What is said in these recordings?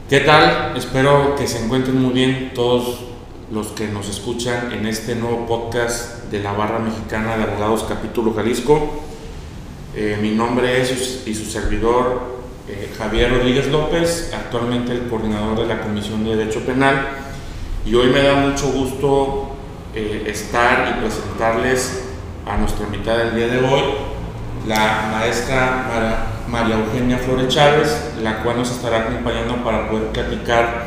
¿Qué tal? Espero que se encuentren muy bien todos los que nos escuchan en este nuevo podcast de la Barra Mexicana de Abogados Capítulo Jalisco. Mi nombre es y su servidor Javier Rodríguez López, actualmente el coordinador de la Comisión de Derecho Penal, y hoy me da mucho gusto estar y presentarles a nuestra invitada del día de hoy, la maestra María Eugenia Flores Chávez, la cual nos estará acompañando para poder platicar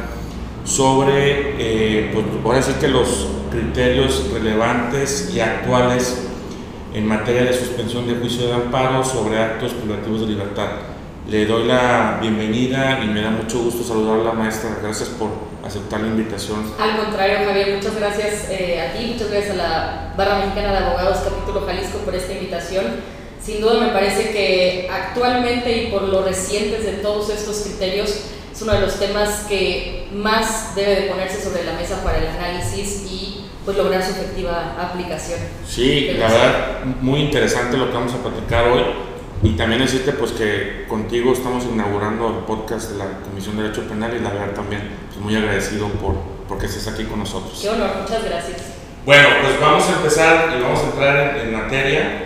sobre, pues ahora sí que los criterios relevantes y actuales en materia de suspensión de juicio de amparo sobre actos privativos de libertad. Le doy la bienvenida y me da mucho gusto saludarla, maestra. Gracias por aceptar la invitación. Al contrario, Javier, muchas gracias a ti, muchas gracias a la Barra Mexicana de Abogados Capítulo Jalisco por esta invitación. Sin duda me parece que actualmente y por lo recientes de todos estos criterios es uno de los temas que más debe de ponerse sobre la mesa para el análisis y pues lograr su efectiva aplicación. Sí, la verdad, muy interesante lo que vamos a platicar hoy, y también decirte pues que contigo estamos inaugurando el podcast de la Comisión de Derecho Penal, y la verdad también pues, muy agradecido porque estés aquí con nosotros. Qué honor, muchas gracias. Bueno, pues vamos a empezar y vamos a entrar en materia.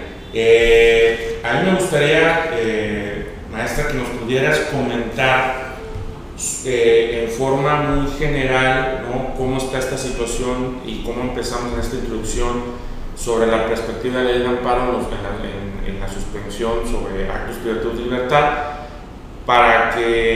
A mí me gustaría, maestra, que nos pudieras comentar en forma muy general, ¿no?, cómo está esta situación y cómo empezamos en esta introducción sobre la perspectiva de la ley de amparo en la suspensión sobre actos privativos de libertad, para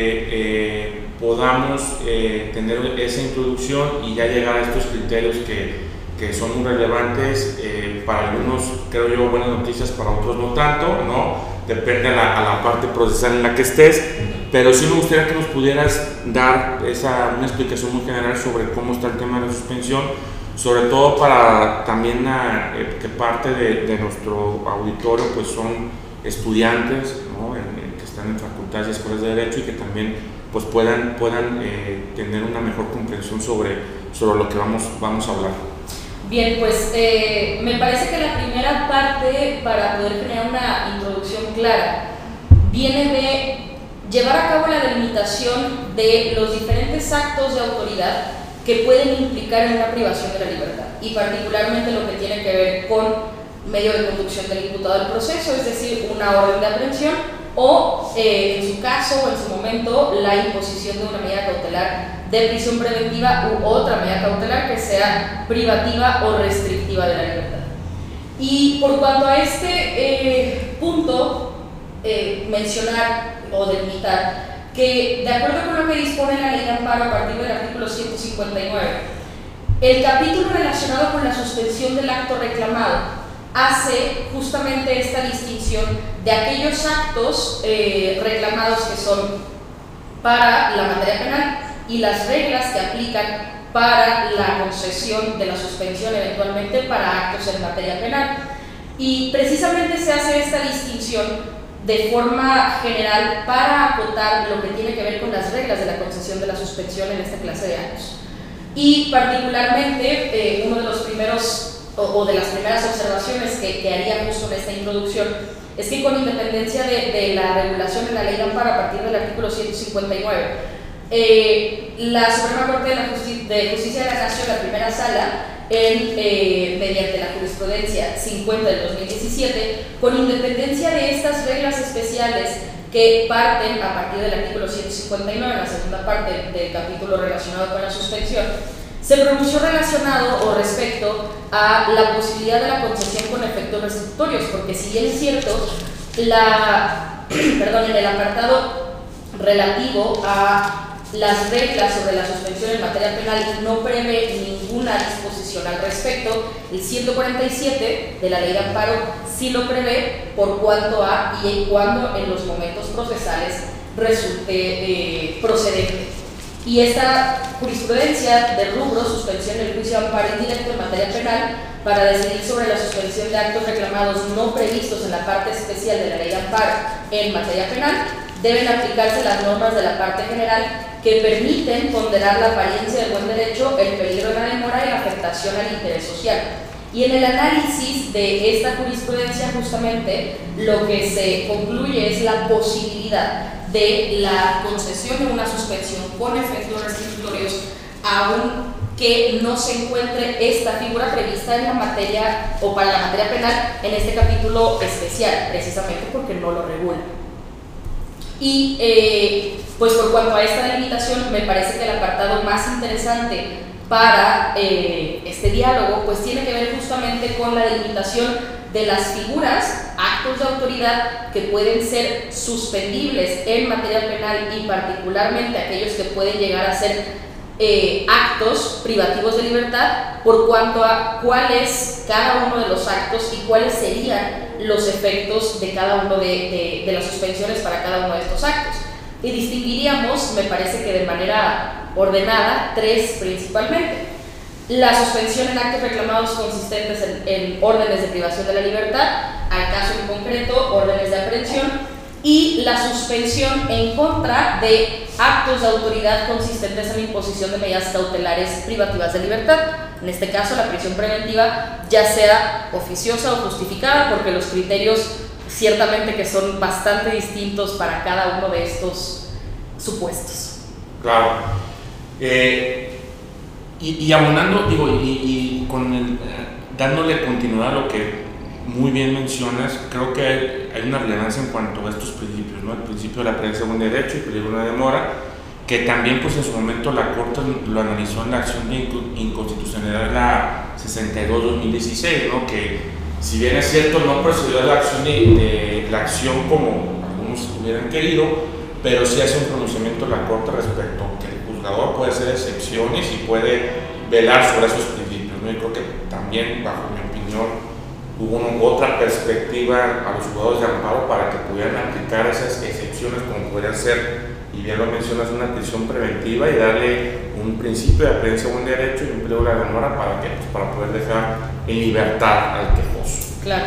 que podamos tener esa introducción y ya llegar a estos criterios que son muy relevantes, para algunos creo yo buenas noticias, para otros no tanto, ¿no? Depende a la parte procesal en la que estés, pero sí me gustaría que nos pudieras dar una explicación muy general sobre cómo está el tema de la suspensión, sobre todo para también que parte de nuestro auditorio pues son estudiantes, ¿no?, que están en facultades y escuelas de derecho, y que también pues puedan tener una mejor comprensión sobre lo que vamos a hablar. Bien, pues me parece que la primera parte para poder tener una introducción clara viene de llevar a cabo la delimitación de los diferentes actos de autoridad que pueden implicar en una privación de la libertad, y particularmente lo que tiene que ver con medio de conducción del imputado al proceso, es decir, una orden de aprehensión o, en su caso o en su momento, la imposición de una medida cautelar de prisión preventiva u otra medida cautelar que sea privativa o restrictiva de la libertad. Y por cuanto a este punto, mencionar o delimitar que, de acuerdo con lo que dispone la ley de amparo a partir del artículo 159, el capítulo relacionado con la suspensión del acto reclamado hace justamente esta distinción de aquellos actos reclamados que son para la materia penal y las reglas que aplican para la concesión de la suspensión eventualmente para actos en materia penal. Y precisamente se hace esta distinción de forma general para acotar lo que tiene que ver con las reglas de la concesión de la suspensión en esta clase de actos. Y particularmente uno de los primeros o de las primeras observaciones que haría justo en esta introducción es que, con independencia de la regulación de la ley de amparo a partir del artículo 159, la Suprema Corte de Justicia de la Nación, la primera sala, mediante la jurisprudencia 50 del 2017, con independencia de estas reglas especiales que parten a partir del artículo 159, la segunda parte del capítulo relacionado con la suspensión, se pronunció relacionado o respecto a la posibilidad de la concesión con efectos restrictorios, porque si bien es cierto, en el apartado relativo a las reglas sobre la suspensión en materia penal no prevé ninguna disposición al respecto, el 147 de la ley de amparo sí lo prevé por cuanto a y en cuando en los momentos procesales resulte procedente. Y esta jurisprudencia de rubro suspensión del juicio de amparo indirecto en materia penal para decidir sobre la suspensión de actos reclamados no previstos en la parte especial de la ley de amparo en materia penal, deben aplicarse las normas de la parte general que permiten ponderar la apariencia del buen derecho, el peligro de la demora y la afectación al interés social. Y en el análisis de esta jurisprudencia, justamente, lo que se concluye es la posibilidad de la concesión de una suspensión con efectos restitutorios, aun que no se encuentre esta figura prevista en la materia o para la materia penal en este capítulo especial, precisamente porque no lo regula. Y pues por cuanto a esta delimitación, me parece que el apartado más interesante para este diálogo pues tiene que ver justamente con la delimitación de las figuras, actos de autoridad que pueden ser suspendibles en materia penal y particularmente aquellos que pueden llegar a ser actos privativos de libertad, por cuanto a cuál es cada uno de los actos y cuáles serían los efectos de cada uno de las suspensiones para cada uno de estos actos. Y distinguiríamos, me parece que de manera ordenada, tres principalmente: la suspensión en actos reclamados consistentes en órdenes de privación de la libertad, al caso en concreto, órdenes de aprehensión, y la suspensión en contra de actos de autoridad consistentes en la imposición de medidas cautelares privativas de libertad. En este caso, la prisión preventiva, ya sea oficiosa o justificada, porque los criterios ciertamente que son bastante distintos para cada uno de estos supuestos. Claro. Y abonando, digo, y con dándole continuidad a lo que muy bien mencionas, creo que hay una relevancia en cuanto a estos principios, ¿no? El principio de la aprehensión de un derecho y peligro de una demora, que también pues en su momento la Corte lo analizó en la acción de inconstitucionalidad, la 62-2016, ¿no? Que si bien es cierto no procedió a la acción de la acción como algunos hubieran querido, pero sí hace un pronunciamiento la Corte respecto a que el juzgador puede hacer excepciones y puede velar sobre esos principios, ¿no? Y creo que también, bajo mi opinión, hubo otra perspectiva a los juzgados de amparo para que pudieran aplicar esas excepciones, como podría ser, y bien lo mencionas, una prisión preventiva y darle un principio de aprehensión de un derecho y un peligro de la demora para poder dejar en libertad al quejoso. Claro.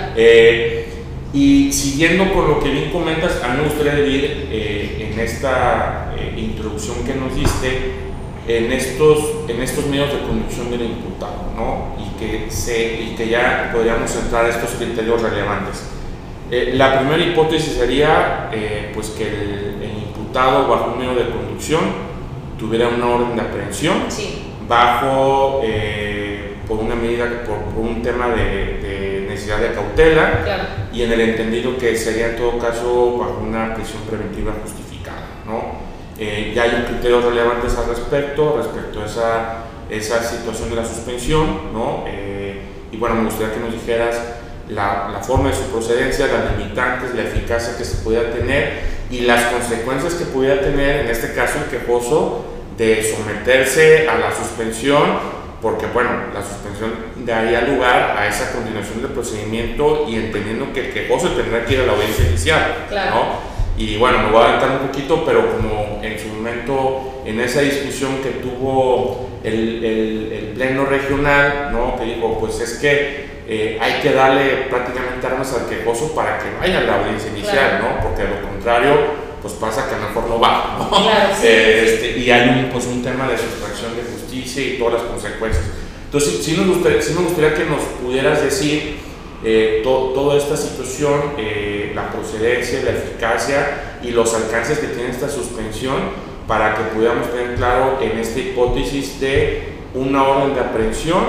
Y siguiendo con lo que bien comentas, a mí me gustaría ir en esta introducción que nos diste en estos medios de conducción del imputado, ¿no? Y que ya podríamos entrar a estos criterios relevantes. La primera hipótesis sería pues que el imputado bajo un medio de conducción tuviera una orden de aprehensión, sí, bajo por una medida, por un tema de necesidad de cautela, claro, y en el entendido que sería en todo caso bajo una prisión preventiva justificada, ¿no? Ya hay criterios relevantes al respecto a esa situación de la suspensión, ¿no? Y bueno, me gustaría que nos dijeras la forma de su procedencia, las limitantes, la eficacia que se pudiera tener y las consecuencias que pudiera tener en este caso el quejoso de someterse a la suspensión, porque bueno, la suspensión daría lugar a esa continuación del procedimiento y entendiendo que el quejoso tendrá que ir a la audiencia inicial, claro, ¿no? Y bueno, me voy a adelantar un poquito, pero como en su momento, en esa discusión que tuvo el pleno regional, ¿no? Que dijo, pues es que hay que darle prácticamente armas al quejoso para que vaya a la audiencia inicial, claro, ¿no? Porque a lo contrario, pues pasa que a lo mejor no va, ¿no? Claro, sí, y hay un tema de sustracción de justicia y todas las consecuencias. Entonces, sí me gustaría que nos pudieras decir toda esta situación, la procedencia, la eficacia y los alcances que tiene esta suspensión, para que pudiéramos tener claro en esta hipótesis de una orden de aprehensión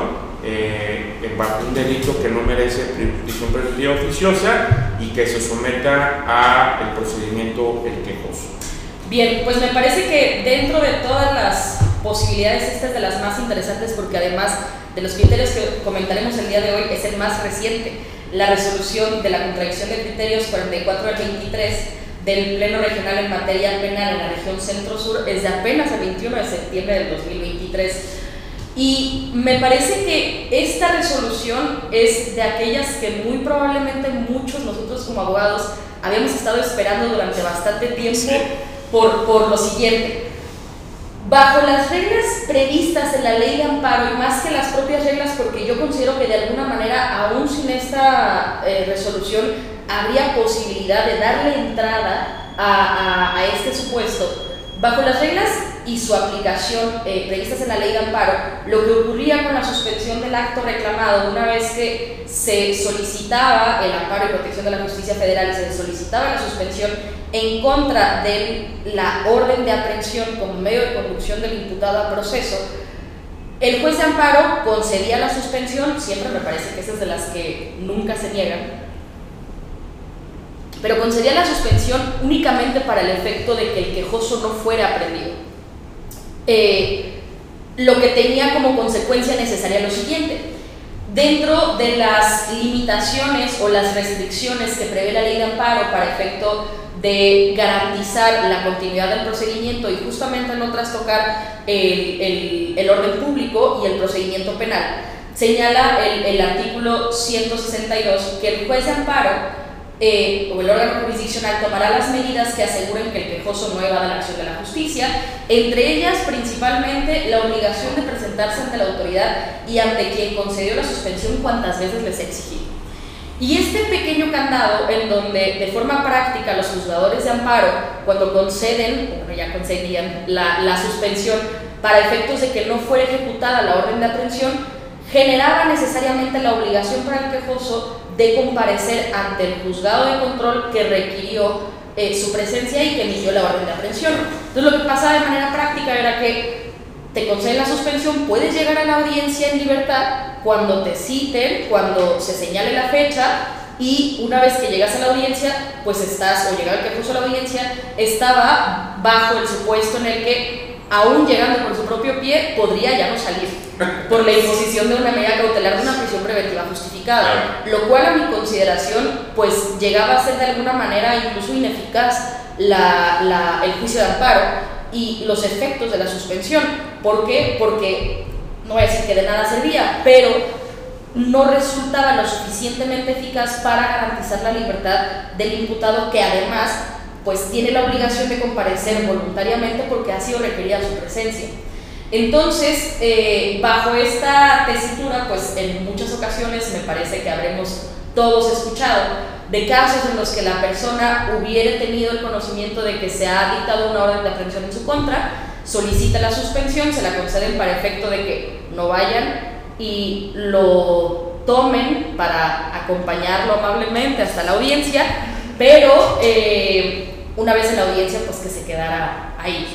bajo un delito que no merece prisión preventiva oficiosa y que se someta al procedimiento el quejoso. Bien, pues me parece que dentro de todas las posibilidades, esta es de las más interesantes porque además de los criterios que comentaremos el día de hoy es el más reciente, la resolución de la contradicción de criterios 44 al 23 del Pleno Regional en materia penal en la región Centro-Sur es de apenas el 21 de septiembre del 2023. Y me parece que esta resolución es de aquellas que muy probablemente muchos nosotros como abogados habíamos estado esperando durante bastante tiempo, sí, por lo siguiente. Bajo las reglas previstas en la ley de amparo y más que las propias reglas, porque yo considero que de alguna manera aún sin esta resolución habría posibilidad de darle entrada a este supuesto, bajo las reglas y su aplicación previstas en la ley de amparo, lo que ocurría con la suspensión del acto reclamado, una vez que se solicitaba el amparo y protección de la justicia federal y se solicitaba la suspensión en contra de la orden de aprehensión como medio de conducción del imputado a proceso, el juez de amparo concedía la suspensión, siempre me parece que esas de las que nunca se niegan, pero concedía la suspensión únicamente para el efecto de que el quejoso no fuera aprehendido. Lo que tenía como consecuencia necesaria lo siguiente: dentro de las limitaciones o las restricciones que prevé la ley de amparo para efecto de garantizar la continuidad del procedimiento y justamente no trastocar el orden público y el procedimiento penal, señala el artículo 162 que el juez de amparo o el órgano jurisdiccional tomará las medidas que aseguren que el quejoso no evada la acción de la justicia, entre ellas principalmente la obligación de presentarse ante la autoridad y ante quien concedió la suspensión cuantas veces les exigido. Y este pequeño candado, en donde de forma práctica los juzgadores de amparo, cuando conceden, bueno, ya concedían la suspensión para efectos de que no fuera ejecutada la orden de aprehensión, generaba necesariamente la obligación para el quejoso de comparecer ante el juzgado de control que requirió su presencia y que emitió la orden de aprehensión. Entonces, lo que pasaba de manera práctica era que te conceden la suspensión, puedes llegar a la audiencia en libertad cuando te citen, cuando se señale la fecha, y una vez que llegas a la audiencia, pues estás, o llegaba el quejoso a la audiencia, estaba bajo el supuesto en el que, aún llegando por su propio pie, podría ya no salir por la imposición de una medida cautelar de una prisión preventiva justificada, lo cual a mi consideración pues llegaba a ser de alguna manera incluso ineficaz el juicio de amparo y los efectos de la suspensión. ¿Por qué? Porque no voy a decir que de nada servía, pero no resultaba lo suficientemente eficaz para garantizar la libertad del imputado, que además pues tiene la obligación de comparecer voluntariamente porque ha sido requerida su presencia. Entonces, bajo esta tesitura, pues en muchas ocasiones me parece que habremos todos escuchado de casos en los que la persona hubiera tenido el conocimiento de que se ha dictado una orden de aprehensión en su contra, solicita la suspensión, se la conceden para efecto de que no vayan y lo tomen para acompañarlo amablemente hasta la audiencia, pero una vez en la audiencia, pues que se quedara ahí.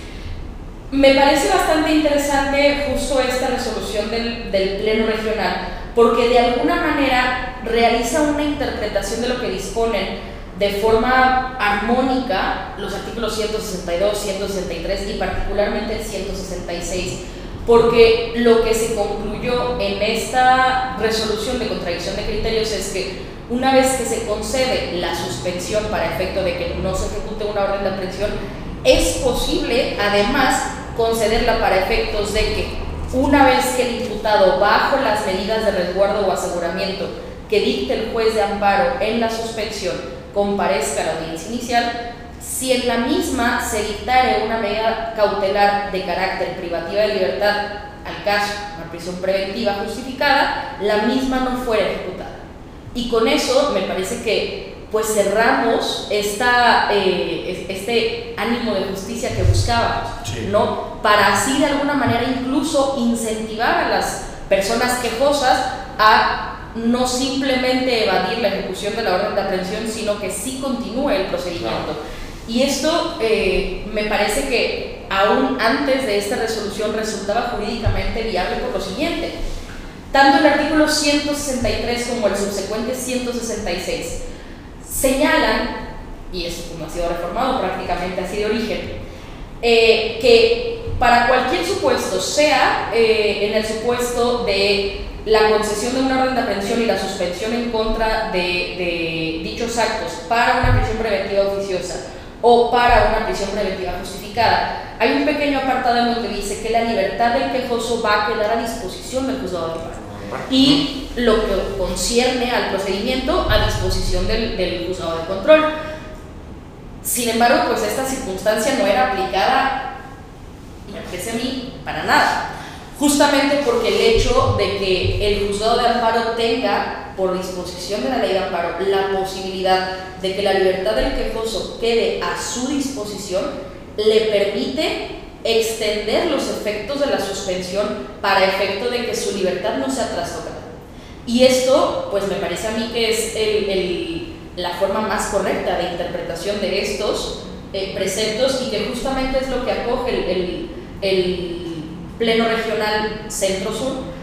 Me parece bastante interesante justo esta resolución del Pleno Regional, porque de alguna manera realiza una interpretación de lo que disponen de forma armónica los artículos 162, 163 y particularmente el 166, porque lo que se concluyó en esta resolución de contradicción de criterios es que una vez que se concede la suspensión para efecto de que no se ejecute una orden de aprehensión, es posible además concederla para efectos de que una vez que el imputado, bajo las medidas de resguardo o aseguramiento que dicte el juez de amparo en la suspensión, comparezca a la audiencia inicial, si en la misma se dictare una medida cautelar de carácter privativa de libertad, al caso una prisión preventiva justificada, la misma no fuera ejecutada. Y con eso me parece que pues cerramos este ánimo de justicia que buscábamos, sí, ¿no? Para así de alguna manera incluso incentivar a las personas quejosas a no simplemente evadir la ejecución de la orden de aprehensión, sino que sí continúe el procedimiento. Y esto me parece que aún antes de esta resolución resultaba jurídicamente viable por lo siguiente: tanto el artículo 163 como el subsecuente 166 señalan, y eso como ha sido reformado prácticamente así de origen, que para cualquier supuesto, sea en el supuesto de la concesión de una orden de aprehensión y la suspensión en contra de dichos actos para una prisión preventiva oficiosa o para una prisión preventiva justificada, hay un pequeño apartado en donde dice que la libertad del quejoso va a quedar a disposición del juzgado de amparo y lo que concierne al procedimiento a disposición del juzgado de control. Sin embargo, pues esta circunstancia no era aplicada, me parece a mí, para nada, justamente porque el hecho de que el juzgado de amparo tenga, por disposición de la ley de amparo, la posibilidad de que la libertad del quejoso quede a su disposición, le permite extender los efectos de la suspensión para efecto de que su libertad no sea trastocada. Y esto, pues me parece a mí que es la forma más correcta de interpretación de estos preceptos, y que justamente es lo que acoge el Pleno Regional Centro-Sur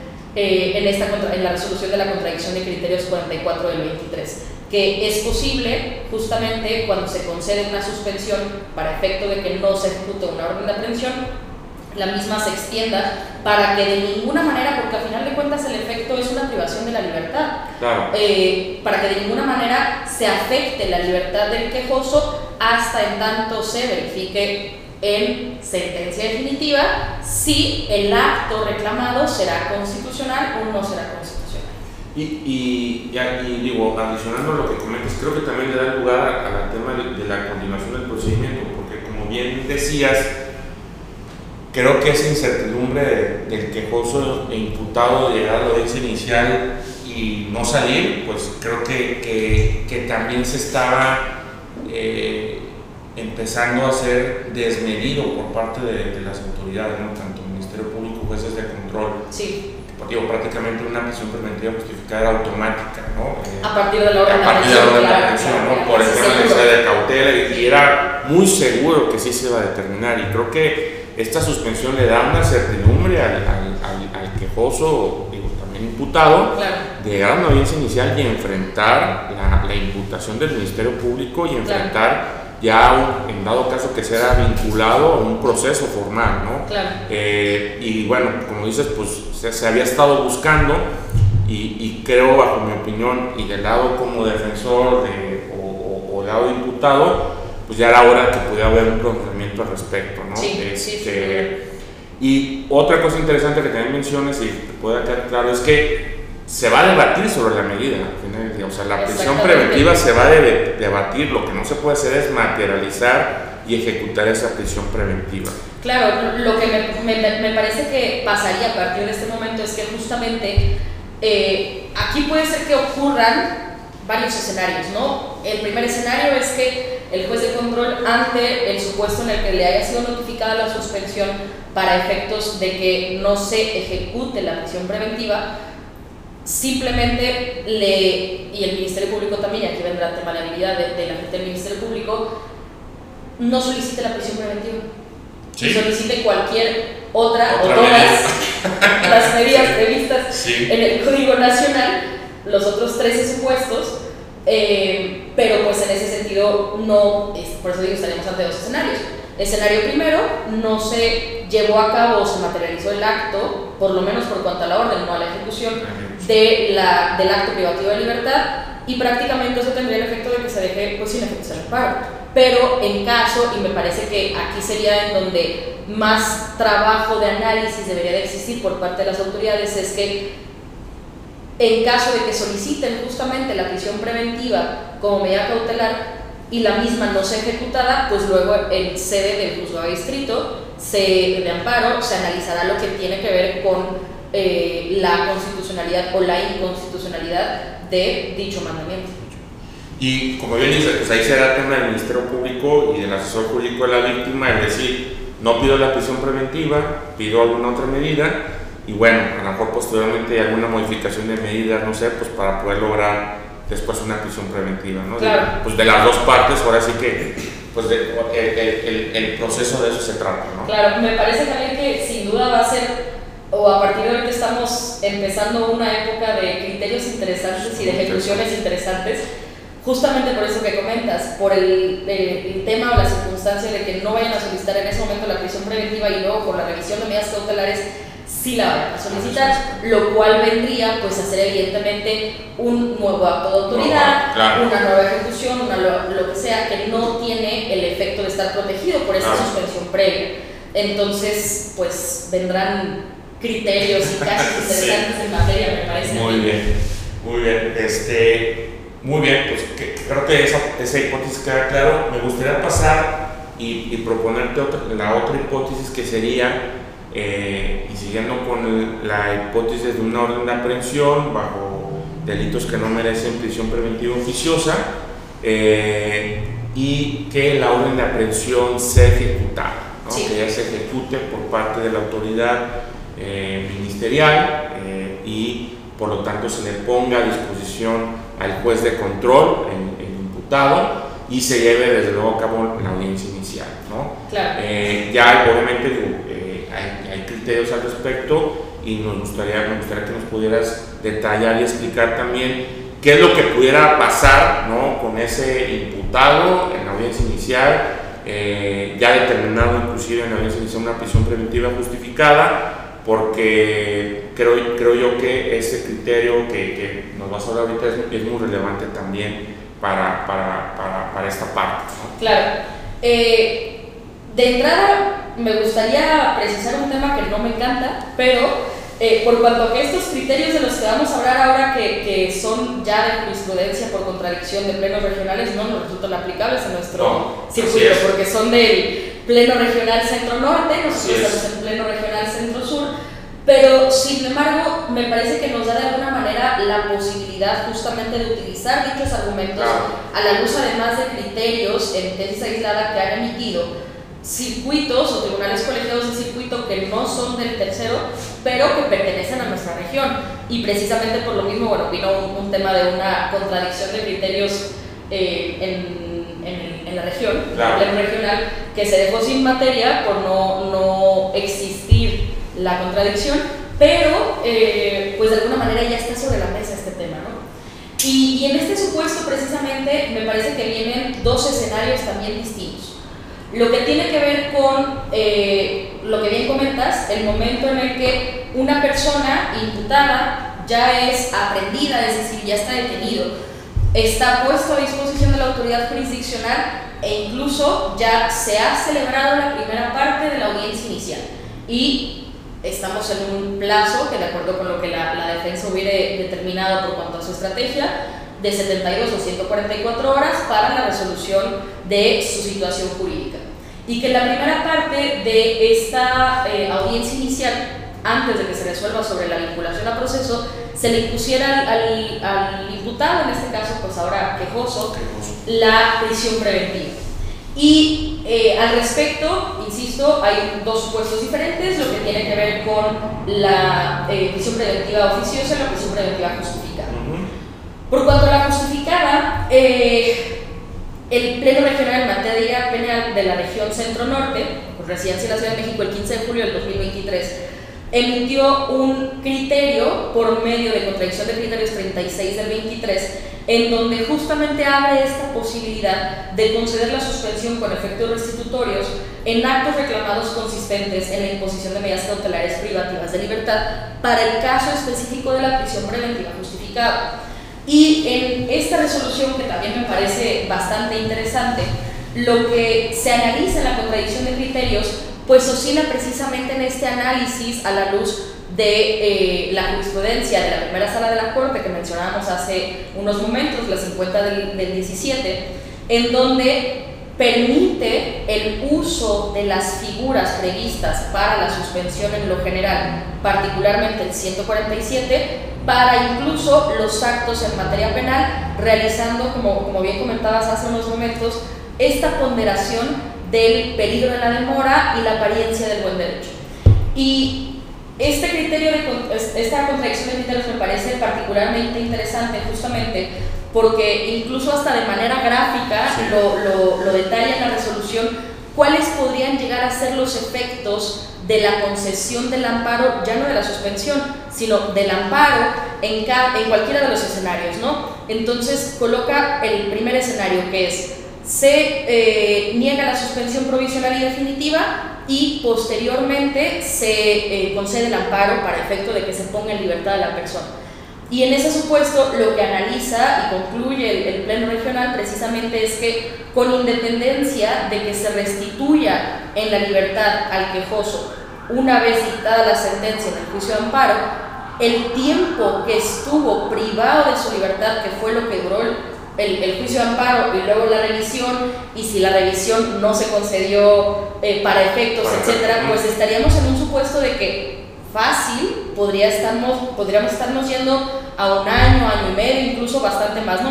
en la resolución de la contradicción de criterios 44 del 23, que es posible justamente cuando se concede una suspensión para efecto de que no se ejecute una orden de aprehensión, la misma se extienda para que de ninguna manera, porque al final de cuentas el efecto es una privación de la libertad, claro. Para que de ninguna manera se afecte la libertad del quejoso hasta en tanto se verifique en sentencia definitiva si el acto reclamado será constitucional o no será constitucional. Y digo, adicionando a lo que comentas, creo que también le da lugar al tema de la continuación del procedimiento, porque como bien decías, creo que esa incertidumbre del quejoso e imputado de llegar a la audiencia inicial y no salir, pues creo que también se estaba empezando a ser desmedido por parte de las autoridades, ¿no? Tanto el Ministerio Público, jueces de control. Sí. Digo, prácticamente una prisión preventiva justificada era automática, ¿no? A partir de la orden de aprehensión, ¿no? Por el tema de cautela, y era muy seguro que sí se iba a determinar, y creo que esta suspensión le da una certidumbre al quejoso, digo, también imputado, claro, de llegar a una audiencia inicial y enfrentar la imputación del Ministerio Público y enfrentar ya en dado caso que sea vinculado a un proceso formal, ¿no? Claro. Y bueno, como dices, pues se había estado buscando, y creo, bajo mi opinión, y del lado como defensor o lado imputado, pues ya era hora que pudiera haber un pronunciamiento al respecto, ¿no? Sí. Y otra cosa interesante que también mencionas, y te pueda quedar claro, es que se va a debatir sobre la medida, o sea, la prisión preventiva se va a debatir. Lo que no se puede hacer es materializar y ejecutar esa prisión preventiva. Claro, lo que me parece que pasaría a partir de este momento es que justamente aquí puede ser que ocurran varios escenarios, ¿no? El primer escenario es que el juez de control, ante el supuesto en el que le haya sido notificada la suspensión para efectos de que no se ejecute la prisión preventiva, simplemente y el Ministerio Público también, y aquí vendrá el tema de la habilidad de la gente del Ministerio Público, no solicite la prisión preventiva, y solicite cualquier otra o todas las medidas previstas en el Código Nacional, los otros 13 supuestos, pero pues en ese sentido no, por eso digo, estaríamos ante dos escenarios. Escenario primero, no se llevó a cabo o se materializó el acto, por lo menos por cuanto a la orden, no a la ejecución del acto privativo de libertad, y prácticamente eso tendría el efecto de que se deje pues sin ejecución el paro. Pero en caso, y me parece que aquí sería en donde más trabajo de análisis debería de existir por parte de las autoridades, es que en caso de que soliciten justamente la prisión preventiva como medida cautelar y la misma no sea ejecutada, pues luego en sede del juzgado de distrito de amparo se analizará lo que tiene que ver con la constitucionalidad o la inconstitucionalidad de dicho mandamiento. Y como bien dice, pues ahí será el tema del Ministerio Público y del asesor jurídico de la víctima, es decir, no pido la prisión preventiva, pido alguna otra medida, y bueno, a lo mejor posteriormente hay alguna modificación de medidas, no sé, pues para poder lograr después una prisión preventiva, ¿no? Claro. Pues de las dos partes, ahora sí que pues el proceso de eso se trata, ¿no? Claro, me parece también que sin duda va a ser, o a partir de ahorita estamos empezando una época de criterios interesantes y de ejecuciones interesantes, justamente por eso que comentas, por el tema o la circunstancia de que no vayan a solicitar en ese momento la prisión preventiva y luego por la revisión de medidas cautelares sí la vayan a solicitar, lo cual vendría pues a ser evidentemente un nuevo acto de autoridad, una nueva ejecución, lo que sea, que no tiene el efecto de estar protegido por esa suspensión previa. Entonces pues vendrán criterios y casos interesantes en materia, me parece. Muy bien. Muy bien, pues creo que esa hipótesis queda claro. Me gustaría pasar y proponerte la otra hipótesis, que sería, y siguiendo con la hipótesis de una orden de aprehensión bajo delitos que no merecen prisión preventiva oficiosa, y que la orden de aprehensión sea ejecutada, ¿no? Sí. Que ya se ejecute por parte de la autoridad ministerial y por lo tanto se le ponga a disposición al juez de control, el imputado, y se lleve desde luego a cabo la audiencia inicial, ¿no? Claro. Ya obviamente hay criterios al respecto y me gustaría que nos pudieras detallar y explicar también qué es lo que pudiera pasar, ¿no?, con ese imputado en la audiencia inicial, ya determinado inclusive en la audiencia inicial una prisión preventiva justificada, porque creo yo que ese criterio que nos vas a hablar ahorita es muy relevante también para esta parte, ¿no? Claro. De entrada, me gustaría precisar un tema que no me encanta, pero por cuanto a que estos criterios de los que vamos a hablar ahora, que son ya de jurisprudencia por contradicción de plenos regionales, no nos resultan aplicables en nuestro circuito, porque son del pleno regional centro-norte, nosotros estamos en pleno regional centro-sur, pero sin embargo me parece que nos da de alguna manera la posibilidad justamente de utilizar dichos argumentos a la luz además de criterios en tesis aislada que han emitido circuitos o tribunales colegiados de circuito que no son del tercero, pero que pertenecen a nuestra región. Y precisamente por lo mismo, bueno, vino un tema de una contradicción de criterios en la región, en el pleno regional, que se dejó sin materia por no existir la contradicción, pero pues de alguna manera ya está sobre la mesa este tema, ¿no? Y en este supuesto precisamente me parece que vienen dos escenarios también distintos. Lo que tiene que ver con lo que bien comentas, el momento en el que una persona imputada ya es aprendida, es decir, ya está detenido, está puesto a disposición de la autoridad jurisdiccional e incluso ya se ha celebrado la primera parte de la audiencia inicial y estamos en un plazo que, de acuerdo con lo que la defensa hubiera determinado por cuanto a su estrategia, de 72 o 144 horas para la resolución de su situación jurídica. Y que la primera parte de esta audiencia inicial, antes de que se resuelva sobre la vinculación a proceso, se le impusiera al imputado, en este caso pues ahora quejoso, la prisión preventiva. Y al respecto, insisto, hay dos supuestos diferentes, lo que tiene que ver con la prisión preventiva oficiosa y la prisión preventiva justificada. Por cuanto a la justificada, el Pleno Regional en Materia Penal de la región Centro-Norte, con residencia en la Ciudad de México el 15 de julio del 2023, emitió un criterio por medio de contradicción de criterios 36 del 23, en donde justamente abre esta posibilidad de conceder la suspensión con efectos restitutorios en actos reclamados consistentes en la imposición de medidas cautelares privativas de libertad para el caso específico de la prisión preventiva justificada. Y en esta resolución, que también me parece bastante interesante, lo que se analiza en la contradicción de criterios pues oscila precisamente en este análisis a la luz de la jurisprudencia de la primera sala de la Corte que mencionábamos hace unos momentos, la 50 del 17, en donde permite el uso de las figuras previstas para la suspensión en lo general, particularmente el 147, para incluso los actos en materia penal, realizando, como bien comentabas hace unos momentos, esta ponderación del peligro de la demora y la apariencia del buen derecho. Y este criterio esta contradicción de criterios me parece particularmente interesante justamente porque incluso hasta de manera gráfica lo detalla en la resolución cuáles podrían llegar a ser los efectos de la concesión del amparo, ya no de la suspensión, sino del amparo en cualquiera de los escenarios, ¿no? Entonces coloca el primer escenario, que es se niega la suspensión provisional y definitiva y posteriormente se concede el amparo para efecto de que se ponga en libertad a la persona. Y en ese supuesto lo que analiza y concluye el Pleno Regional precisamente es que con independencia de que se restituya en la libertad al quejoso una vez dictada la sentencia en el juicio de amparo, el tiempo que estuvo privado de su libertad, que fue lo que duró el juicio de amparo y luego la revisión, y si la revisión no se concedió para efectos, etcétera, pues estaríamos en un supuesto de que fácil podríamos estarnos yendo a un año, año y medio, incluso bastante más, ¿no?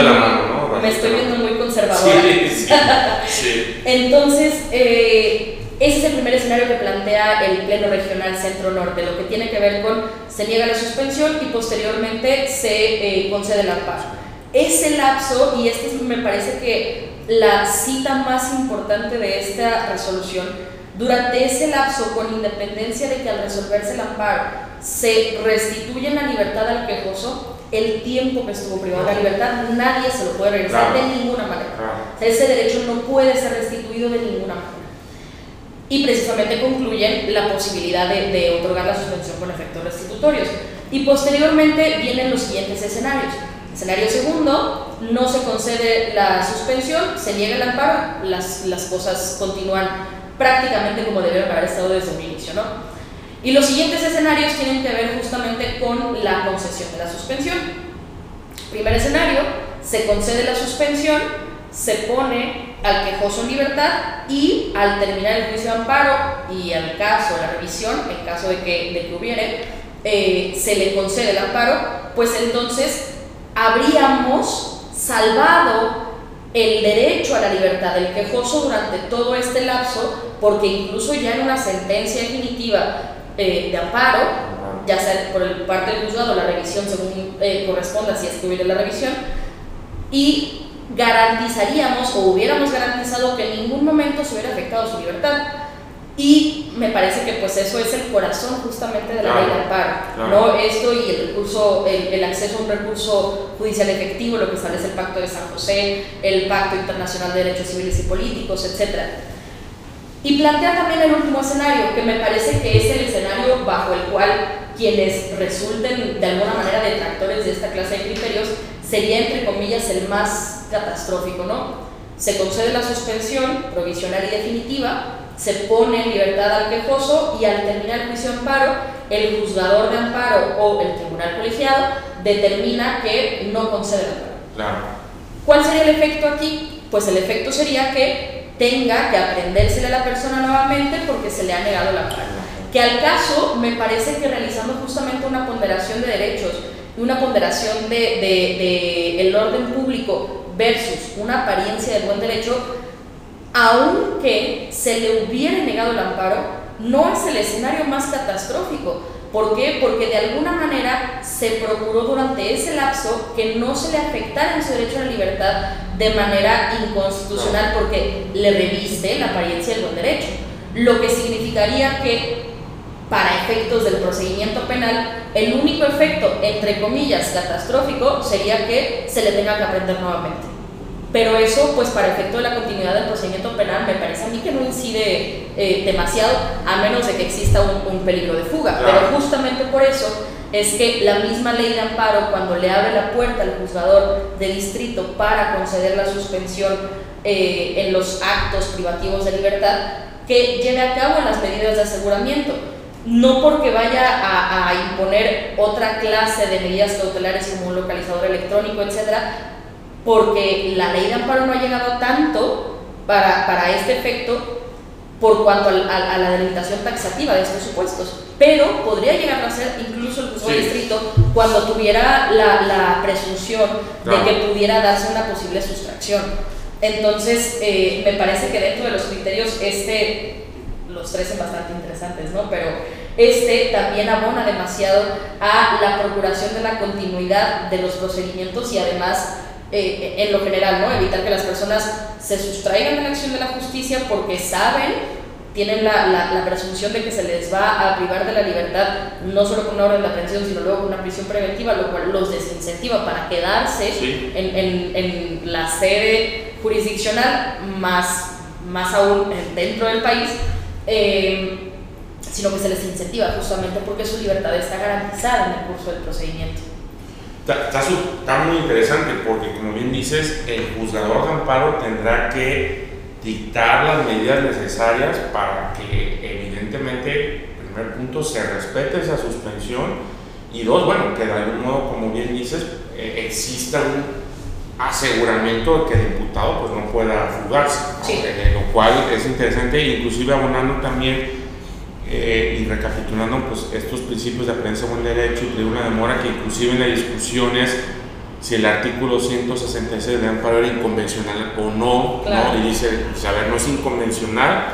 Me estoy viendo muy conservadora. Sí. Entonces, ese es el primer escenario que plantea el Pleno Regional Centro-Norte, lo que tiene que ver con se niega la suspensión y posteriormente se concede el amparo. Ese lapso, y me parece que la cita más importante de esta resolución, durante ese lapso, con independencia de que al resolverse el amparo se restituye la libertad al quejoso, el tiempo que estuvo privado de la libertad nadie se lo puede regresar de ninguna manera. O sea, ese derecho no puede ser restituido de ninguna manera. Y precisamente concluyen la posibilidad de otorgar la suspensión con efectos restitutorios. Y posteriormente vienen los siguientes escenarios. Escenario segundo, no se concede la suspensión, se niega el amparo, las cosas continúan prácticamente como debieron haber estado desde un inicio, ¿no? Y los siguientes escenarios tienen que ver justamente con la concesión de la suspensión. Primer escenario, se concede la suspensión, se pone al quejoso en libertad y al terminar el juicio de amparo y al caso, la revisión, en caso de que hubiere, se le concede el amparo, pues entonces habríamos salvado el derecho a la libertad del quejoso durante todo este lapso, porque incluso ya en una sentencia definitiva de amparo, ya sea por parte del juzgado, la revisión según corresponda, si es que hubiera la revisión, y garantizaríamos o hubiéramos garantizado que en ningún momento se hubiera afectado su libertad. Y me parece que pues eso es el corazón justamente de la ley de amparo, ¿no? Esto y el recurso, el acceso a un recurso judicial efectivo, lo que establece el Pacto de San José, el Pacto Internacional de Derechos Civiles y Políticos, etc. Y plantea también el último escenario, que me parece que es el escenario bajo el cual quienes resulten de alguna manera detractores de esta clase de criterios sería, entre comillas, el más catastrófico, ¿no? Se concede la suspensión provisional y definitiva, se pone en libertad al quejoso y al terminar el juicio de amparo, el juzgador de amparo o el tribunal colegiado determina que no concede el amparo. Claro. ¿Cuál sería el efecto aquí? Pues el efecto sería que tenga que aprendérsele a la persona nuevamente porque se le ha negado el amparo. Que al caso me parece que realizando justamente una ponderación de derechos y una ponderación de el orden público versus una apariencia del buen derecho, aunque se le hubiera negado el amparo, no es el escenario más catastrófico. ¿Por qué? Porque de alguna manera se procuró durante ese lapso que no se le afectara en su derecho a la libertad de manera inconstitucional porque le reviste la apariencia del buen derecho. Lo que significaría que para efectos del procedimiento penal, el único efecto, entre comillas, catastrófico sería que se le tenga que aprender nuevamente. Pero eso, pues para efecto de la continuidad del procedimiento penal, me parece a mí que no incide demasiado, a menos de que exista un peligro de fuga. Claro. Pero justamente por eso es que la misma ley de amparo, cuando le abre la puerta al juzgador de distrito para conceder la suspensión en los actos privativos de libertad, que lleve a cabo las medidas de aseguramiento. No porque vaya a imponer otra clase de medidas cautelares como un localizador electrónico, etcétera, porque la ley de amparo no ha llegado tanto para este efecto por cuanto a la delimitación taxativa de estos supuestos, pero podría llegar a ser incluso el juzgado de distrito cuando tuviera la presunción de que pudiera darse una posible sustracción. Entonces, me parece que dentro de los criterios los tres son bastante interesantes, ¿no? Pero también abona demasiado a la procuración de la continuidad de los procedimientos y además en lo general, ¿no? Evitar que las personas se sustraigan de la acción de la justicia porque tienen la presunción de que se les va a privar de la libertad, no solo con una orden de aprehensión, sino luego con una prisión preventiva, lo cual los desincentiva para quedarse en la sede jurisdiccional, más aún dentro del país, sino que se les incentiva justamente porque su libertad está garantizada en el curso del procedimiento. Está muy interesante porque, como bien dices, el juzgador de amparo tendrá que dictar las medidas necesarias para que, evidentemente, en primer punto, se respete esa suspensión y dos, bueno, que de algún modo, como bien dices, exista un aseguramiento de que el imputado pues, no pueda fugarse, ¿no? Lo cual es interesante, inclusive abonando también y recapitulando pues, estos principios de aprehensión del derecho y de una demora que inclusive en las discusiones si el artículo 166 de amparo era inconvencional o no, claro. ¿no? Y dice, pues, a ver, no es inconvencional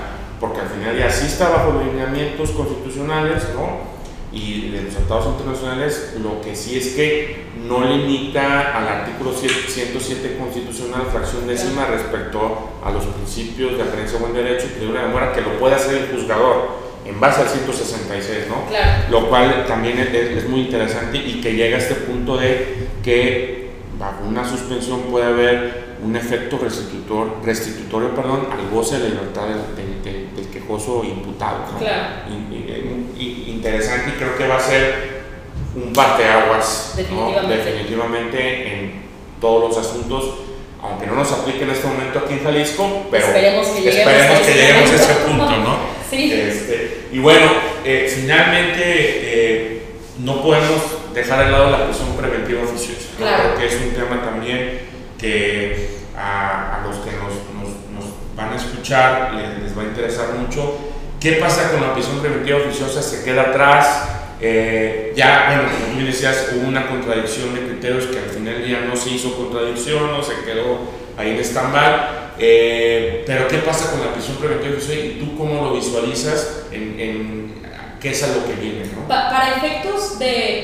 porque al final ya sí está bajo los lineamientos constitucionales, ¿no? Y de los tratados internacionales, lo que sí es que no limita al artículo 107 constitucional, fracción décima, respecto a los principios de aprehensión de buen derecho y de una demora, que lo puede hacer el juzgador en base al 166, ¿no? Claro. Lo cual también es muy interesante, y que llega a este punto de que bajo una suspensión puede haber un efecto restitutorio al goce de la libertad del quejoso imputado, ¿no? Claro. Interesante, y creo que va a ser un parteaguas, ¿no? Definitivamente en todos los asuntos, aunque no nos aplique en este momento aquí en Jalisco, pero esperemos que lleguemos a ese punto, ¿no? Sí. Y bueno, finalmente no podemos dejar de lado la prisión preventiva oficiosa, ¿no? Claro. Creo que es un tema también que a los que nos van a escuchar les va a interesar mucho. ¿Qué pasa con la prisión preventiva oficiosa? ¿Se queda atrás? Ya, bueno, como tú decías, hubo una contradicción de criterios que al final del día no se hizo contradicción, no se quedó ahí en stand-by. Pero ¿qué pasa con la prisión preventiva oficiosa y tú cómo lo visualizas en qué es a lo que viene, ¿no? Para efectos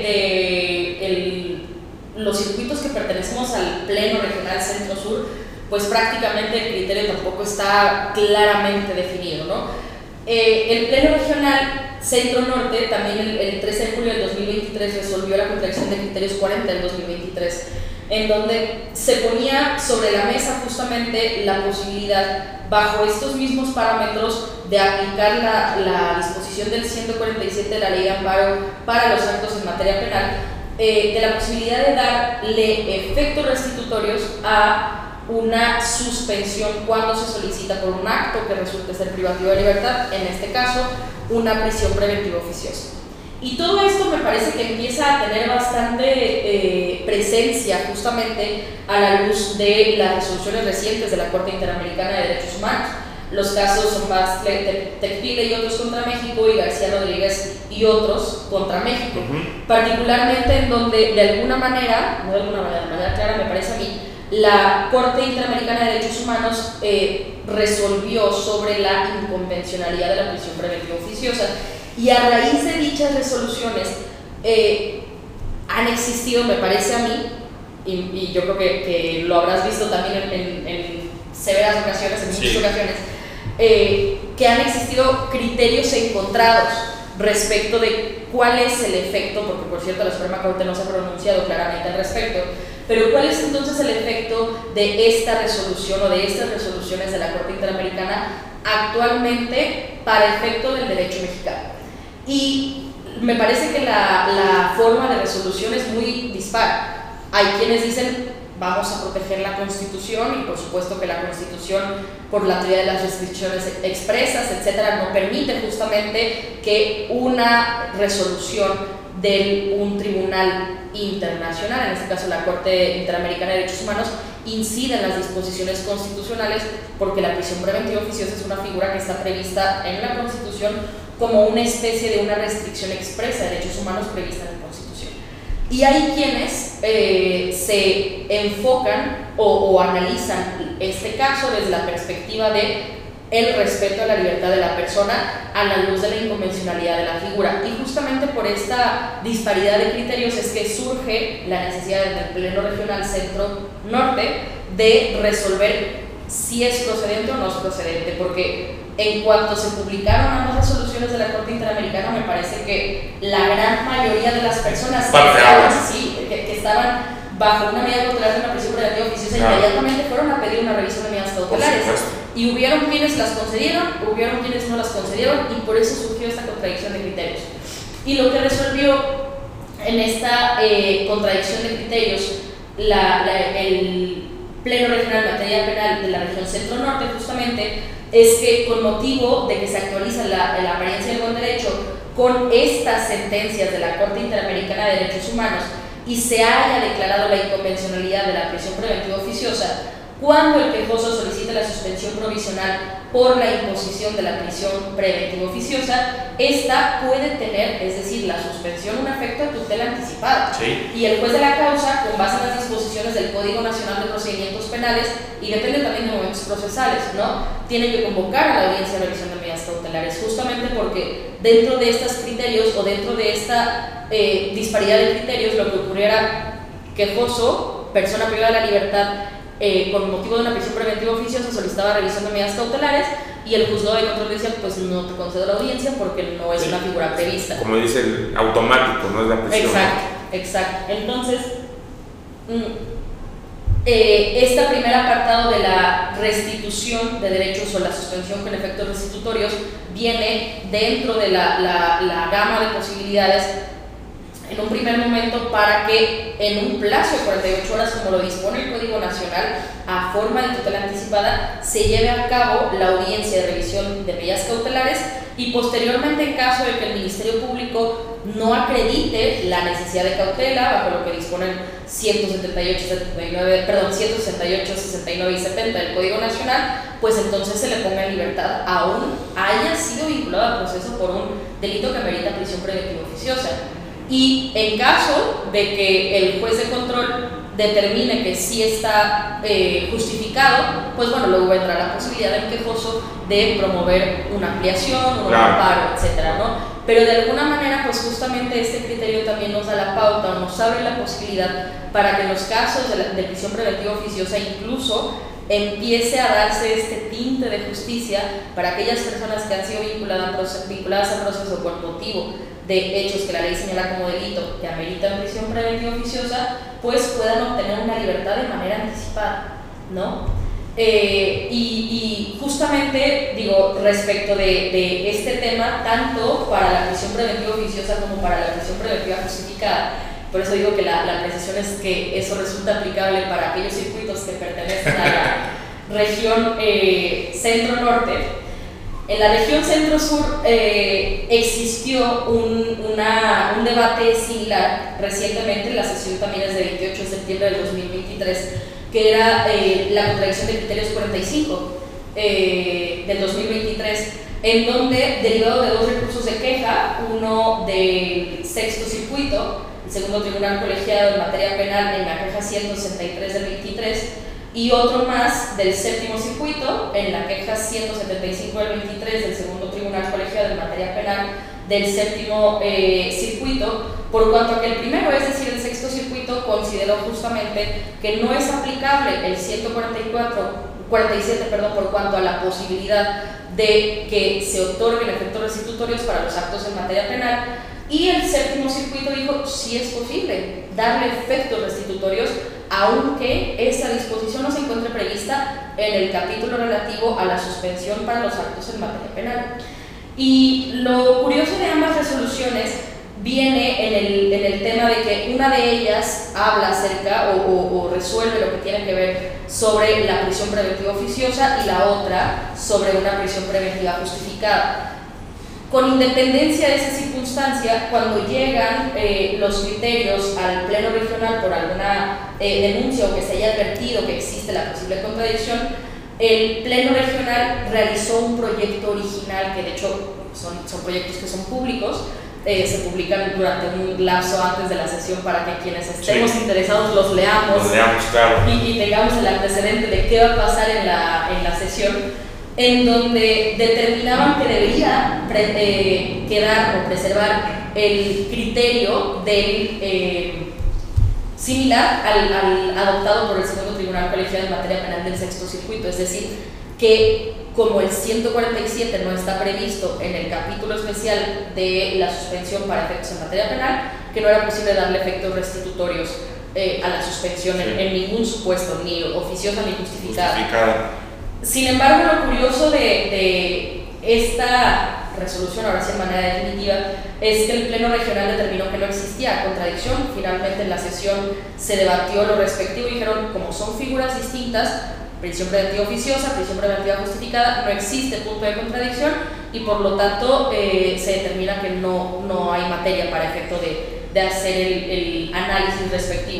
de los circuitos que pertenecemos al Pleno Regional Centro-Sur, pues prácticamente el criterio tampoco está claramente definido, ¿no? El Pleno Regional Centro-Norte también el 13 de julio del 2023 resolvió la contradicción de criterios 40 del 2023, en donde se ponía sobre la mesa justamente la posibilidad, bajo estos mismos parámetros, de aplicar la disposición del 147 de la Ley de Amparo para los actos en materia penal, de la posibilidad de darle efectos restitutorios a una suspensión cuando se solicita por un acto que resulte ser privativo de libertad, en este caso una prisión preventiva oficiosa. Y todo esto me parece que empieza a tener bastante presencia justamente a la luz de las resoluciones recientes de la Corte Interamericana de Derechos Humanos. Los casos son Tecpile y otros contra México, y García Rodríguez y otros contra México, particularmente en donde de alguna manera, no de alguna manera, de manera clara me parece a mí, la Corte Interamericana de Derechos Humanos resolvió sobre la inconvencionalidad de la prisión preventiva oficiosa, y a raíz de dichas resoluciones han existido, me parece a mí, y yo creo que lo habrás visto también en severas ocasiones, en muchas ocasiones, que han existido criterios encontrados respecto de cuál es el efecto, porque por cierto la Suprema Corte no se ha pronunciado claramente al respecto, pero cuál es entonces el efecto de esta resolución o de estas resoluciones de la Corte Interamericana actualmente para efecto del derecho mexicano. Y me parece que la forma de resolución es muy dispar. Hay quienes dicen vamos a proteger la Constitución, y por supuesto que la Constitución, por la teoría de las restricciones expresas, etcétera, no permite justamente que una resolución de un tribunal internacional, en este caso la Corte Interamericana de Derechos Humanos, incida en las disposiciones constitucionales, porque la prisión preventiva oficiosa es una figura que está prevista en la Constitución como una especie de una restricción expresa de derechos humanos prevista en la Constitución. Y hay quienes se enfocan o analizan este caso desde la perspectiva de el respeto a la libertad de la persona a la luz de la inconvencionalidad de la figura. Y justamente por esta disparidad de criterios es que surge la necesidad del Pleno Regional Centro-Norte de resolver si es procedente o no es procedente, porque en cuanto se publicaron ambas resoluciones de la Corte Interamericana, me parece que la gran mayoría de las personas que estaban bajo una medida cautelar de una prisión preventiva oficiosa inmediatamente fueron a pedir una revisión de medidas cautelares. Y hubieron quienes las concedieron, hubieron quienes no las concedieron, y por eso surgió esta contradicción de criterios. Y lo que resolvió en esta contradicción de criterios el Pleno Regional en materia penal de la región Centro-Norte justamente es que, con motivo de que se actualiza la apariencia del buen derecho con estas sentencias de la Corte Interamericana de Derechos Humanos y se haya declarado la inconvencionalidad de la prisión preventiva oficiosa, cuando el quejoso solicite la suspensión provisional por la imposición de la prisión preventiva oficiosa, esta puede tener, es decir, la suspensión, un efecto de tutela anticipada. Sí. Y el juez de la causa, con base en las disposiciones del Código Nacional de Procedimientos Penales, y depende también de momentos procesales, ¿no?, tiene que convocar a la audiencia de revisión de medidas cautelares, justamente porque dentro de estos criterios o dentro de esta disparidad de criterios, lo que ocurriera: quejoso, persona privada de la libertad, con motivo de una prisión preventiva oficiosa, solicitaba revisión de medidas cautelares, y el juzgado de control decía, pues no te concedo la audiencia porque no es una figura prevista. Como dice el automático, no es la prisión. Exacto, exacto. Entonces, este primer apartado de la restitución de derechos o la suspensión con efectos restitutorios viene dentro de la gama de posibilidades en un primer momento para que en un plazo de 48 horas, como lo dispone el Código Nacional, a forma de tutela anticipada, se lleve a cabo la audiencia de revisión de medidas cautelares, y posteriormente, en caso de que el Ministerio Público no acredite la necesidad de cautela, bajo lo que disponen 168, 69 y 70 del Código Nacional, pues entonces se le ponga en libertad, aún haya sido vinculado al proceso por un delito que amerita prisión preventiva oficiosa. Y en caso de que el juez de control determine que sí está justificado, pues bueno, luego vendrá la posibilidad del quejoso de promover una ampliación, un amparo, etcétera, ¿no? Pero de alguna manera, pues justamente este criterio también nos da la pauta o nos abre la posibilidad para que en los casos de prisión preventiva oficiosa incluso empiece a darse este tinte de justicia para aquellas personas que han sido vinculadas al proceso por motivo de hechos que la ley señala como delito que ameritan prisión preventiva oficiosa, pues puedan obtener una libertad de manera anticipada, ¿no? Y justamente, digo, respecto de este tema, tanto para la prisión preventiva oficiosa como para la prisión preventiva justificada, por eso digo que la precisión es que eso resulta aplicable para aquellos circuitos que pertenecen a la región centro-norte. En la región centro-sur existió un debate similar recientemente, la sesión también es de 28 de septiembre del 2023, que era la contradicción de criterios 45 del 2023, en donde, derivado de dos recursos de queja, uno del sexto circuito, el segundo tribunal colegiado en materia penal en la queja 163 del 23, y otro más del séptimo circuito en la queja 175 del 23 del segundo tribunal colegiado en materia penal del séptimo circuito, por cuanto a que el primero, es decir, el sexto circuito, consideró justamente que no es aplicable el 147, por cuanto a la posibilidad de que se otorguen efectos restitutorios para los actos en materia penal, y el séptimo circuito dijo sí es posible darle efectos restitutorios, aunque esa disposición no se encuentre prevista en el capítulo relativo a la suspensión para los actos en materia penal. Y lo curioso de ambas resoluciones viene en el tema de que una de ellas habla acerca o resuelve lo que tiene que ver sobre la prisión preventiva oficiosa y la otra sobre una prisión preventiva justificada. Con independencia de esa circunstancia, cuando llegan los criterios al Pleno Regional por alguna denuncia o que se haya advertido que existe la posible contradicción, el Pleno Regional realizó un proyecto original, que de hecho son proyectos que son públicos, se publican durante un lapso antes de la sesión para que quienes estemos interesados los leamos, claro. y tengamos el antecedente de qué va a pasar en la sesión, en donde determinaban que debía quedar o preservar el criterio del similar al adoptado por el segundo tribunal colegiado en materia penal del sexto circuito, es decir, que como el 147 no está previsto en el capítulo especial de la suspensión para efectos en materia penal, que no era posible darle efectos restitutorios a la suspensión en ningún supuesto, ni oficiosa ni justificada. Sin embargo, lo curioso de esta resolución, ahora sí de manera definitiva, es que el Pleno Regional determinó que no existía contradicción. Finalmente en la sesión se debatió lo respectivo y dijeron, como son figuras distintas, prisión preventiva oficiosa, prisión preventiva justificada, no existe punto de contradicción y por lo tanto se determina que no hay materia para efecto de hacer el análisis respectivo.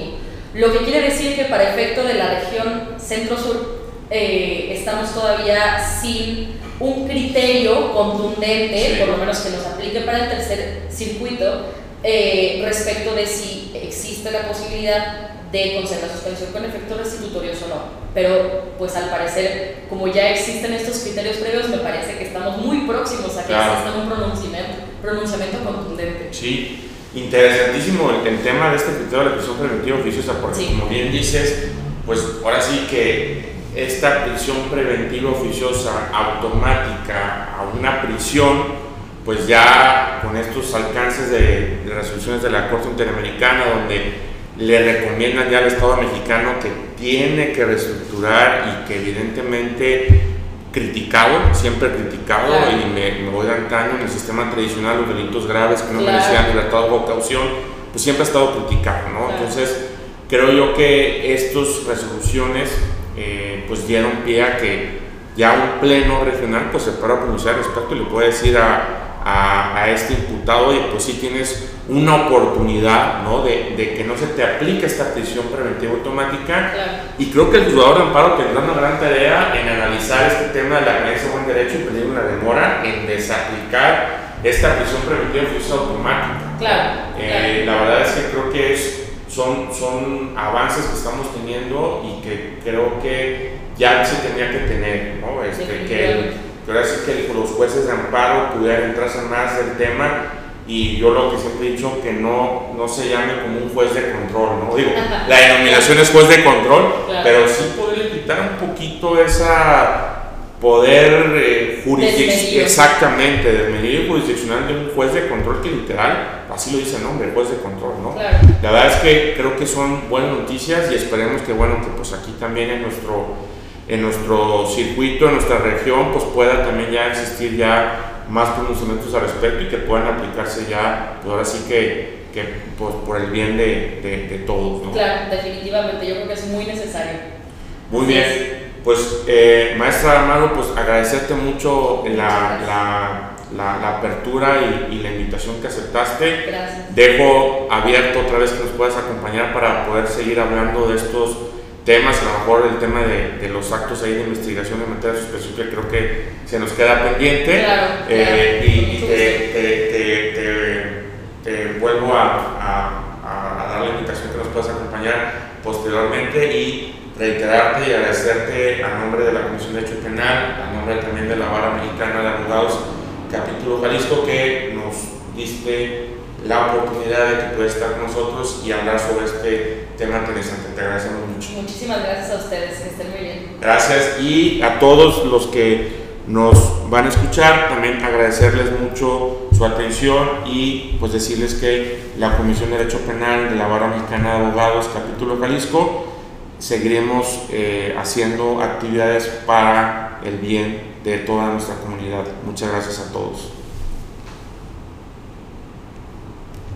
Lo que quiere decir que para efecto de la región centro-sur estamos todavía sin un criterio contundente, por lo menos que nos aplique para el tercer circuito, respecto de si existe la posibilidad de conceder la suspensión con efectos restitutorios o no. Pero pues al parecer, como ya existen estos criterios previos, me parece que estamos muy próximos a que exista un pronunciamiento contundente. Sí, interesantísimo el tema de este criterio de la prisión preventiva oficiosa, porque como bien dices, pues ahora sí que esta prisión preventiva oficiosa automática a una prisión, pues ya con estos alcances de resoluciones de la Corte Interamericana, donde le recomiendan ya al Estado mexicano que tiene que reestructurar y que evidentemente siempre criticado, y me voy adentrando en el sistema tradicional, los delitos graves que no merecían libertad o caución, pues siempre ha estado criticado, ¿no? Entonces creo yo que estas resoluciones pues dieron pie a que ya un pleno regional pues se pueda pronunciar al respecto y le puede decir a este imputado, y pues sí tienes una oportunidad, ¿no? de que no se te aplique esta prisión preventiva automática. Y creo que el juzgador de amparo tendrá una gran tarea en analizar este tema de la creencia de buen derecho y pedir una demora en desaplicar esta prisión preventiva oficiosa automática. La verdad es que creo que son avances que estamos teniendo y que creo que ya se tenía que tener, ¿no? Que ahora sí que los jueces de amparo pudieran entrarse más del tema, y yo lo que siempre he dicho, que no se llame como un juez de control, ¿no? Digo, la denominación es juez de control, pero sí poderle quitar un poquito esa poder jurisdiccional, exactamente, del medio jurisdiccional de un juez de control, que literal, así lo dice el nombre, juez de control, ¿no? La verdad es que creo que son buenas noticias, y esperemos que, bueno, que pues aquí también en nuestro circuito, en nuestra región, pues pueda también ya existir ya más pronunciamientos al respecto, y que puedan aplicarse ya, pues ahora sí que pues por el bien de todos, ¿no? Claro, definitivamente, yo creo que es muy necesario. Muy bien, pues maestra Amaro, pues agradecerte mucho la apertura y la invitación que aceptaste. Gracias. Dejo abierto otra vez que nos puedas acompañar para poder seguir hablando de estos temas. A lo mejor el tema de los actos ahí de investigación en materia específica creo que se nos queda pendiente. Y te vuelvo a dar la invitación que nos puedas acompañar posteriormente, y reiterarte y agradecerte a nombre de la Comisión de Derecho Penal, a nombre también de la Barra Mexicana de Abogados Capítulo Jalisco, que nos diste la oportunidad de que puedas estar con nosotros y hablar sobre este tema interesante. Te agradecemos mucho. Muchísimas gracias a ustedes, que estén muy bien. Gracias, y a todos los que nos van a escuchar, también agradecerles mucho su atención, y pues decirles que la Comisión de Derecho Penal de la Barra Mexicana de Abogados Capítulo Jalisco seguiremos haciendo actividades para el bien de toda nuestra comunidad. Muchas gracias a todos.